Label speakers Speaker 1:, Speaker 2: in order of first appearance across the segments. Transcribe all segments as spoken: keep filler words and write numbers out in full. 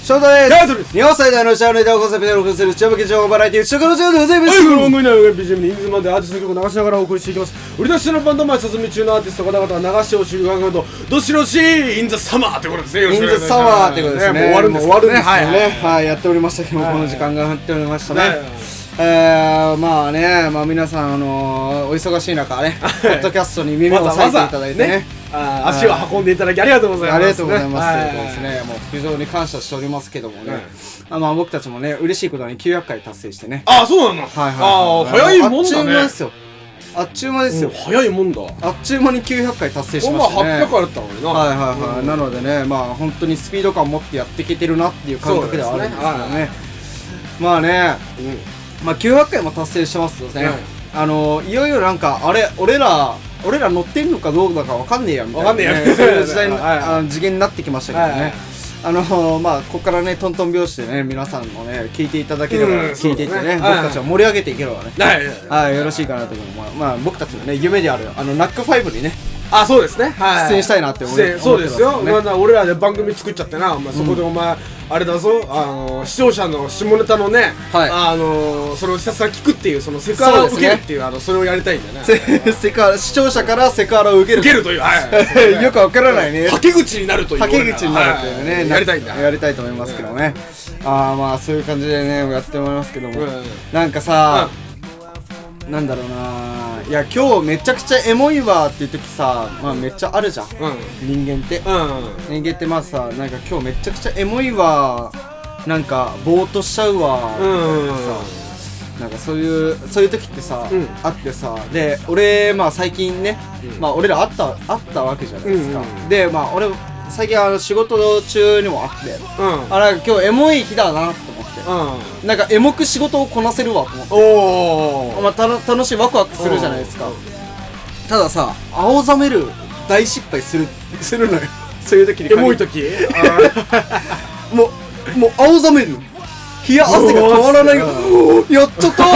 Speaker 1: 翔太です。
Speaker 2: ヤートです。
Speaker 1: 日本最大のシャーレーダーをコンセプトにお送りする千葉県情報バラエティー食の情報でございます。
Speaker 2: はい、この番組では ビージーエム にインズマンでアーティスト曲を流しながらお送りしていきます。売り出しのバンド前進み中のアーティスト方々は流してほしい考えとどしどしインザサマーってことですね。
Speaker 1: インザサマーってことですね。
Speaker 2: もう終わるんです
Speaker 1: もう終わるんですよね。
Speaker 2: はい
Speaker 1: はい、やっておりましたけども、この時間が入っておりましたね。
Speaker 2: ね
Speaker 1: えー、まあね、まあ皆さん、あのー、お忙しい中ね、ポッドキャストに耳を割いていただいてね、
Speaker 2: あ足を運んでいただきありがとうございます。
Speaker 1: ありがとうございます。ということですね、もう非常に感謝しておりますけどもね、あまあ僕たちもね、嬉しいことにきゅうひゃっかい達成してね。
Speaker 2: ああ、そうなの。
Speaker 1: はいはい、
Speaker 2: ああ、早いもんだね。
Speaker 1: あっちゅう間ですよ。あっちゅう間ですよ。
Speaker 2: 早いもんだ。
Speaker 1: あっちゅう間にきゅうひゃっかい達成しましたね。
Speaker 2: はっぴゃくかいだったのにな。
Speaker 1: はいはいはい。うん、なのでね、まあ本当にスピード感を持ってやっていけてるなっていう感覚ではあるんですけどね。まあね、うん、まあきゅうひゃっかいも達成してますとね、うん、あのいよいよなんかあれ俺ら俺ら乗ってんのかどうだかわかんねえやみたいな、ね、わかんねえやそういう時代の、はい、あの次元になってきましたけどね。はいはい、あのまあここからねトントン拍子でね皆さんもね聞いていただければ、うん、聞いていってね、ね、僕たちを盛り上げていければね、はい、はい、よろしいかなと思う。まあ、まあ、僕たちのね夢であるあのナックファイブにね。
Speaker 2: あ、そうですね。
Speaker 1: はい。出演したいなって思ってます。
Speaker 2: そうですよ。まあ俺らで番組作っちゃってな、お前そこでお前あれだぞ、あの視聴者の下ネタのね、あのそれをひたすら聞くっていうそのセクハラを受けるっていうあのそれをやりたいんだね。
Speaker 1: セクハラ視聴者からセクハラを受ける。
Speaker 2: 受けるという。はい。
Speaker 1: よくわからないね。
Speaker 2: はけ口になるという。
Speaker 1: はけ口になるというね。
Speaker 2: やりたいんだ。
Speaker 1: やりたいと思いますけどね。ああまあそういう感じでねやってもらいますけども、なんかさ。なんだろうな、いや今日めちゃくちゃエモいわっていう時さ、まあめっちゃあるじゃん、うん、人間って、うん、人間ってまあさ、なんか今日めちゃくちゃエモいわ、なんかぼーっとしちゃうわ、うん、さなんかそういうそういう時ってさ、うん、あってさ、で俺まあ最近ね、うん、まあ俺ら会った会ったわけじゃないですか、うんうん、でまあ俺最近あの仕事中にも会って、うん、あら今日エモい日だなって思って、うん、なんかエモく仕事をこなせるわと思って、お、まあ、た楽しいワクワクするじゃないですか。たださ青ざめる大失敗するするのよそういう時に。
Speaker 2: エモい時
Speaker 1: もうもう青ざめる、冷や汗が止まらないよやっちゃった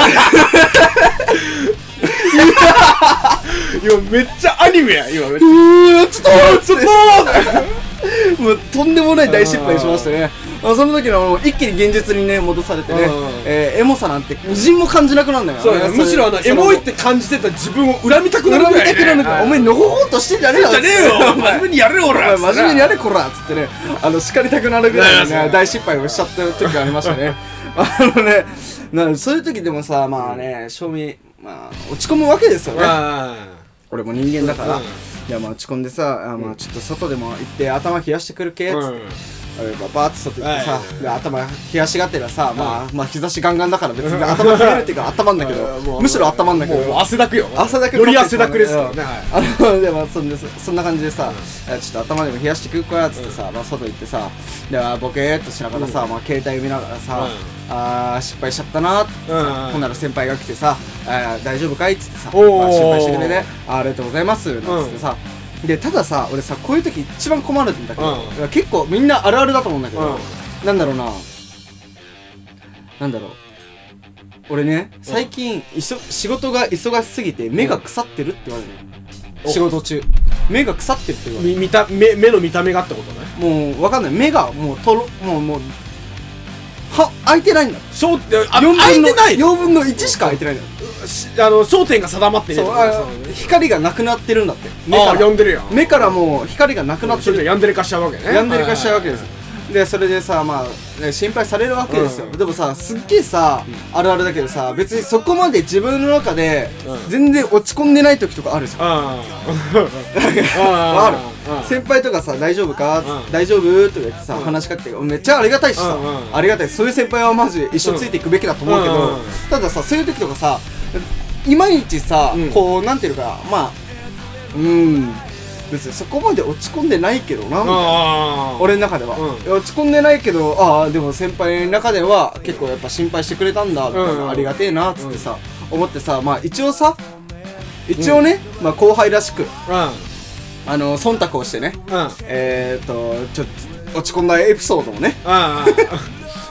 Speaker 2: いやめっちゃアニメや今めっちゃ
Speaker 1: うーやっちゃったやっちゃったもうとんでもない大失敗しましたね。あその時の一気に現実にね戻されてね、えー、エモさなんてみじんも感じなくなるんだよね。
Speaker 2: そうね、むしろあのエモいって感じてた自分を恨みたくなるぐらいね。恨みたくなる。お前
Speaker 1: のほほんとしてんじゃねえよ
Speaker 2: じゃねえよ真面目にやれよおら
Speaker 1: 真面目にやれこらっつってね、あの叱りたくなるぐらいのね大失敗をしちゃった時がありましたねあのねなそういう時でもさ、まあね正味まあ落ち込むわけですよね。俺も人間だから、うん、いやまあ落ち込んでさ、あ、まあ、ちょっと外でも行って頭冷やしてくる系っつって、うん、バーッと外行ってさ、はいはい、頭冷やしがてらさ、うん、まあまあ日差しガンガンだから別に頭冷えるっていうか頭んだけどむしろ頭んだけど
Speaker 2: もう汗だくよ。
Speaker 1: 汗だく
Speaker 2: より汗だくですよね。
Speaker 1: あのでもそんでそんな感じでさ、うん、ちょっと頭でも冷やしてくるからっつってさ、うん、まあ外行ってさでボケーっとしながらさ、うん、まあ携帯見ながらさ、うん、あー失敗しちゃったなってさ、うん、ほんなら先輩が来てさあ大丈夫かいっつってさ、まあ、心配してくれてありがとうございますなんつってさ、うん、でたださ俺さこういう時一番困るんだけど、うん、結構みんなあるあるだと思うんだけど、うん、なんだろうななんだろう俺ね最近、うん、仕事が忙しすぎて目が腐ってるって言われるの、うん、仕事中目が腐ってるって言われる。
Speaker 2: 見た 目, 目の見た目がってことね。
Speaker 1: もう分かんない目がもうとろもうもうは開いてないんだ。
Speaker 2: 焦点開いてない
Speaker 1: よんぶんのいちしか開いてないんだ。
Speaker 2: あの焦点が定まってね
Speaker 1: え。光がなくなってるんだって。
Speaker 2: 目から読んでるやん。
Speaker 1: 目からもう光がなくなってる。
Speaker 2: ヤンデレ化しちゃうわけね。
Speaker 1: ヤンデレ化しちゃうわけです。でそれでさまあ、ね、心配されるわけですよ、うん、でもさすっげえさ、うん、あるあるだけどさ別にそこまで自分の中で、うん、全然落ち込んでない時とかあるじゃん。ある先輩とかさ大丈夫か、うん、大丈夫とか言ってさ、うん、話しかけてめっちゃありがたいしさ、うんうん、ありがたい。そういう先輩はマジ一生ついていくべきだと思うけど、うんうん、たださそういう時とかさいまいちさ、うん、こうなんていうかまあうん別にそこまで落ち込んでないけどなみたいな俺の中では、うん、落ち込んでないけどああでも先輩の中では結構やっぱ心配してくれたんだみたいな、うんうん、ありがてえなっつってさ、うん、思ってさまあ一応さ一応ね、うん、まあ後輩らしく、うん、あの忖度をしてね、うん、えーっとちょっと落ち込んだエピソードをね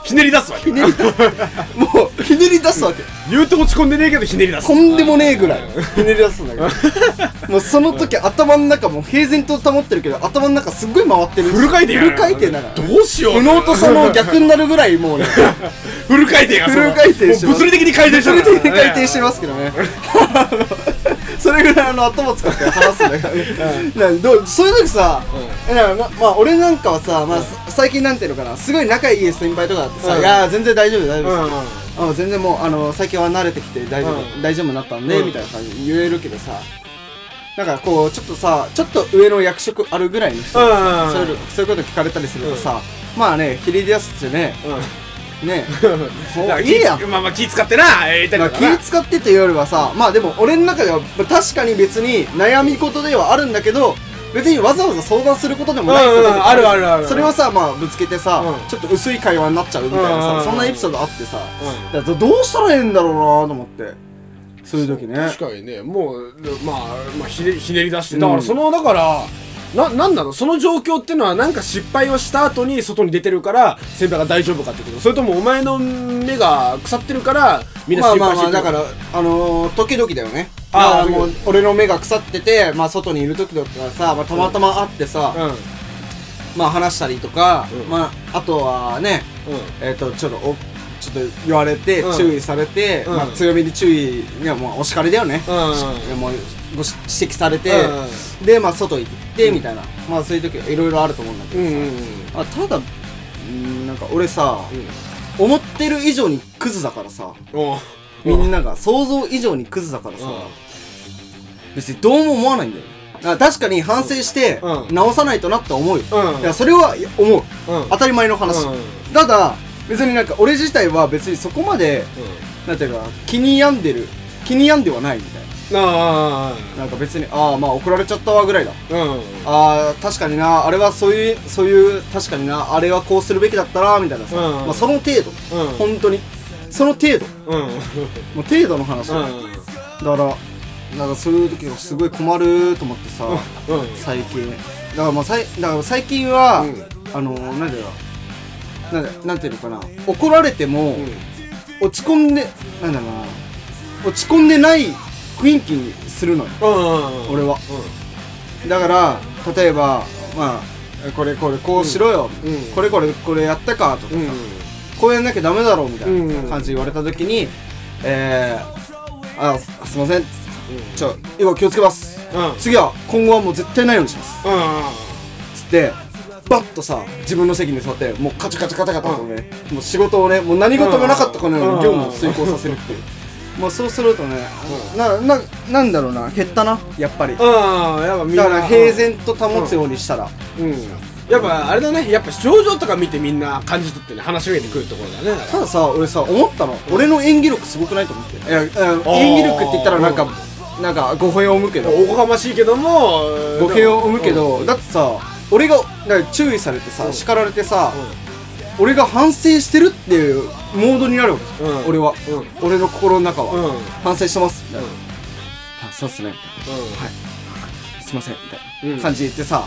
Speaker 2: ひねり出すわけ。
Speaker 1: ひねり出すもうひねり出すわけ。
Speaker 2: 言うと落ち込んでねえけどひねり出す。
Speaker 1: とんでもねえぐらいひねり出すんだけどもうその時頭の中もう平然と保ってるけど頭の中すっごい回ってる。
Speaker 2: フル回転や
Speaker 1: フル回転だから
Speaker 2: どうしよう。
Speaker 1: 右脳と左脳逆になるぐらいもうね
Speaker 2: フル回転や。
Speaker 1: フル回転してます。
Speaker 2: 物理的に回転して
Speaker 1: 物理的に回転してますけどねそれぐらいあの頭使って話すんだけどねなんどうそういう時さ、うん、なんかまあ俺なんかはさ、まあ、最近なんていうのかなすごい仲いい先輩とかだってさ、うん、いや全然大丈夫大丈夫です、うんうん、全然もうあの最近は慣れてきて大丈夫、うん、大丈夫になったんで、うん、みたいな感じで言えるけどさだからこうちょっとさちょっと上の役職あるぐらいの人が、うん、そういうそういうこと聞かれたりするとさ、うん、まあねひり出すってね、うん、ねえいいやん
Speaker 2: まあまあ気使ってな、えー、
Speaker 1: まあ、気使ってっていうよりはさまあでも俺の中では確かに別に悩み事ではあるんだけど別にわざわざ相談することでもないことで、うんうん、
Speaker 2: あるあるある
Speaker 1: それをさまあぶつけてさ、うん、ちょっと薄い会話になっちゃうみたいなさ、うん、そんなエピソードあってさ、うん、だからどうしたらええんだろうなと思ってそういう時ね
Speaker 2: 確かにねもうまあ、まあ、ひねひねり出してだからその、うん、だからな、なんなのその状況ってのはなんか失敗をした後に外に出てるから先輩が大丈夫かってことそれともお前の目が腐ってるからみんな心配してる
Speaker 1: まあまあまあだからあのー、時々だよねああもう俺の目が腐っててまあ外にいる時とかさ、まあ、たまたま会ってさ、うん、まあ話したりとか、うん、まああとはね、うん、えっ、ー、とちょっとおちょっと言われて、うん、注意されて、うんまあ、強めに注意いやもうお叱りだよね、うん、もうご指摘されて、うん、でまあ外行って、うん、みたいなまあそういう時はいろいろあると思うんだけどさ、うんうんうん、あただんなんか俺さ、うん、思ってる以上にクズだからさみんなが想像以上にクズだからさ、うん、別にどうも思わないんだよ。あ確かに反省して直さないとなって思うよ、うん、いやそれは思う、うん、当たり前の話、うん、ただ別になんか俺自体は別にそこまで、うん、なんていうか気に病んでる気に病んではないみたいなあなんか別にああまあ怒られちゃったわぐらいだ、うん、ああ確かになあれはそういうそういう確かになあれはこうするべきだったなみたいなさ、うんまあ、その程度、うん、本当にその程度、うん、もう程度の話だ、うん、だからなんかそういう時はすごい困ると思ってさ、うん、最近だからもうさいだから最近は、うん、あのなんだろうなん、なんていうのかな怒られても、うん、落ち込んでなんだろうな落ち込んでない雰囲気にするのよ、うん、俺は、うん、だから例えばまあこれこれこうしろよ、うん、これこれこれやったかとかさ、うん、こうやんなきゃダメだろうみたいな感じで言われた時に、うん、えー、あすいません、うん、ちょ今気をつけます、うん、次は今後はもう絶対ないようにします、うん、つってバッとさ自分の席に座ってもうカチャカチャカチャカチャとね、うん、もう仕事をねもう何事もなかったかのように業務を遂行させるっていうまあそうするとね、うん、な、な、なんだろうな減ったなやっぱり、うん、やっぱみんなだから平然と保つようにしたら、うん、うん、
Speaker 2: やっぱあれだねやっぱ症状とか見てみんな感じ取ってね話し上げてくるところだね。
Speaker 1: たださ俺さ思ったの、うん、俺の演技力すごくないと思って。いや演技力って言ったらなんか、うん、なんか語弊を生むけど
Speaker 2: おこがましいけども
Speaker 1: 語弊を生むけど、うん、だってさ俺がだ注意されてさ、うん、叱られてさ、うん、俺が反省してるっていうモードになるわけ、うん、俺は、うん、俺の心の中は、うん、反省してますみたいな、うん、あそうっすねみたいな、うん、はいすいませんみたいな、うん、感じで言ってさ、うん、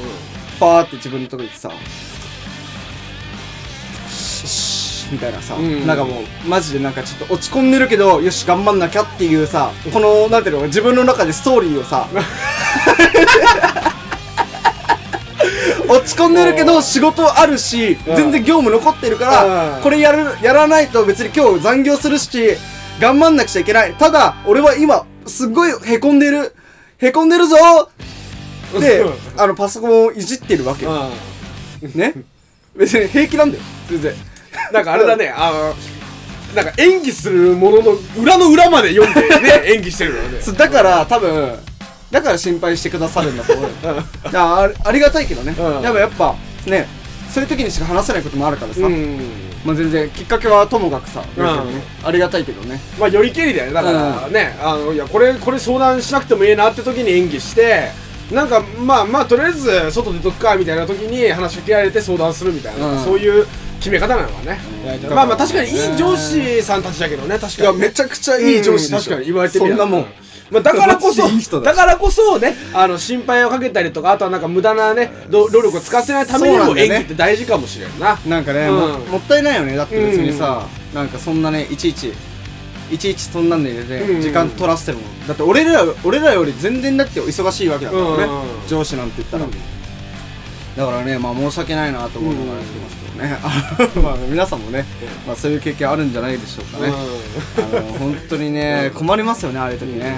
Speaker 1: パーって自分のところでさシーみたいなさ、うん、なんかもうマジでなんかちょっと落ち込んでるけどよし頑張んなきゃっていうさこのなんていうの自分の中でストーリーをさ落ち込んでるけど仕事あるし、うん、全然業務残ってるから、うん、これやるやらないと別に今日残業するし頑張んなくちゃいけない。ただ俺は今すっごいへこんでるへこんでるぞであのパソコンをいじってるわけよ、うん、ね別に平気なんだよ全然
Speaker 2: なんかあれだねあのなんか演技するものの裏の裏まで読んでね演技してるのね
Speaker 1: だから多分だから心配してくださるんだと思うよだからあ、ありがたいけどね、うん、やっぱやっぱねそういう時にしか話せないこともあるからさ、うん、まあ全然きっかけはともかくさ、うんね、ありがたいけどね
Speaker 2: まあよりけりだよねだからね、うん、あのいやこれこれ相談しなくてもいいなって時に演技してなんかまあまあとりあえず外出とくかみたいな時に話しかけられて相談するみたいな、うん、そういう決め方なのかね、うん、まあまあ確かにいい上司さんたちだけどね確かに、ね、
Speaker 1: いやめちゃくちゃいい上司でしょ、
Speaker 2: うん、確かに言われてみれば
Speaker 1: そんなもん
Speaker 2: まあ、だからこそ
Speaker 1: いい人だ
Speaker 2: だからこそねあの心配をかけたりとかあとはなんか無駄なね労力を使わせないためにも演技って大事かもしれんな。
Speaker 1: なんかね、
Speaker 2: うん
Speaker 1: も、もったいないよね。だって別にさ、うん、なんかそんなねいちいちいちいちそんなんでね、うん、時間取らせてもだって俺ら俺らより全然だって忙しいわけだからね、うん、上司なんて言ったら、うん、だからねまあ申し訳ないなと思うのがやってますけどね、うん、まあ皆さんもね、まあ、そういう経験あるんじゃないでしょうかね、うん、あの本当にね困りますよねああいう時ね、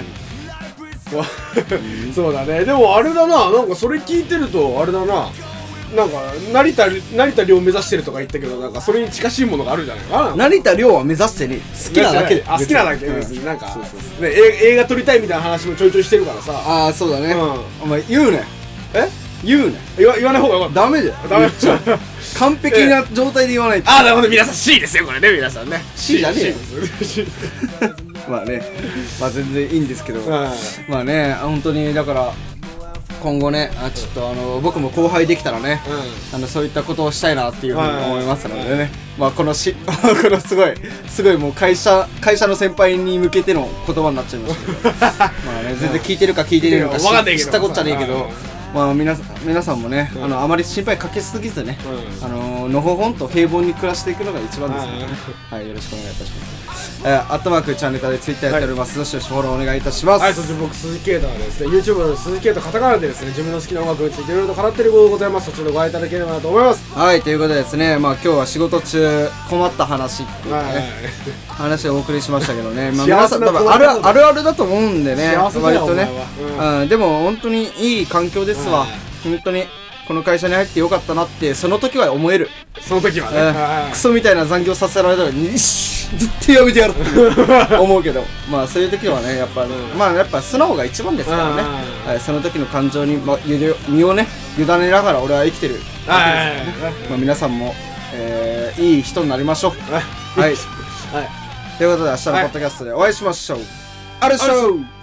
Speaker 2: うん、そうだね。でもあれだな、なんかそれ聞いてるとあれだな、なんか成田成田凌目指してるとか言ったけどなんかそれに近しいものがあるんじゃないかな。
Speaker 1: 成田凌は目指してね好きなだけで、
Speaker 2: あ好きなだけで別になんかそうそうそう、ね、映画撮りたいみたいな話もちょいちょいしてるからさ。
Speaker 1: ああそうだね、うん、お前言うね
Speaker 2: え
Speaker 1: 言うね
Speaker 2: 言わ言わない方がよかった。
Speaker 1: ダメだよダメ完璧な状態で言わないと。
Speaker 2: ああなるほど皆さん C ですよこれね皆さんね
Speaker 1: C じゃねえよまあねまあ全然いいんですけどまあね本当にだから今後ねあちょっとあの僕も後輩できたらね、うん、あのそういったことをしたいなっていうふうに思いますのでね、まあこのしこのすごいすごいもう会社会社の先輩に向けての言葉になっちゃいましたけどまあね全然聞いてるか聞いてるのか知ったこっちゃねえけどまあ皆さん皆さんもね、うん、あのあまり心配かけすぎずね、うん、あののほほんと平凡に暮らしていくのが一番ですので、ね、はいよろしくお願いいたします。えー、アットマークチャンネルでツイッターやっております。どしどしフォローお願いいたします。
Speaker 2: はい、そして僕鈴木啓太はですね YouTube の鈴木啓太カタカナでですね自分の好きな音楽についていろいろと語っていることでございます。そちらでご覧いただければなと思います。
Speaker 1: はいということでですねまあ今日は仕事中困った話っていうね、はいはい、話をお送りしましたけどねまあ皆さん多分あるあるあるだと思うんでね割とね、うんうん、でも本当にいい環境ですわ。本当にこの会社に入ってよかったなってその時は思える。
Speaker 2: その時はね、
Speaker 1: うん、クソみたいな残業させられたら絶対やめてやるって思うけどまあそういう時はねやっぱ、ねうん、まあやっぱ素の方が一番ですからね、はい、その時の感情に、ま、身をね委ねながら俺は生きてるわけですからね、まあ、皆さんも、えー、いい人になりましょう。はい、はい、ということで明日のポッドキャストでお会いしましょう。あるしょう。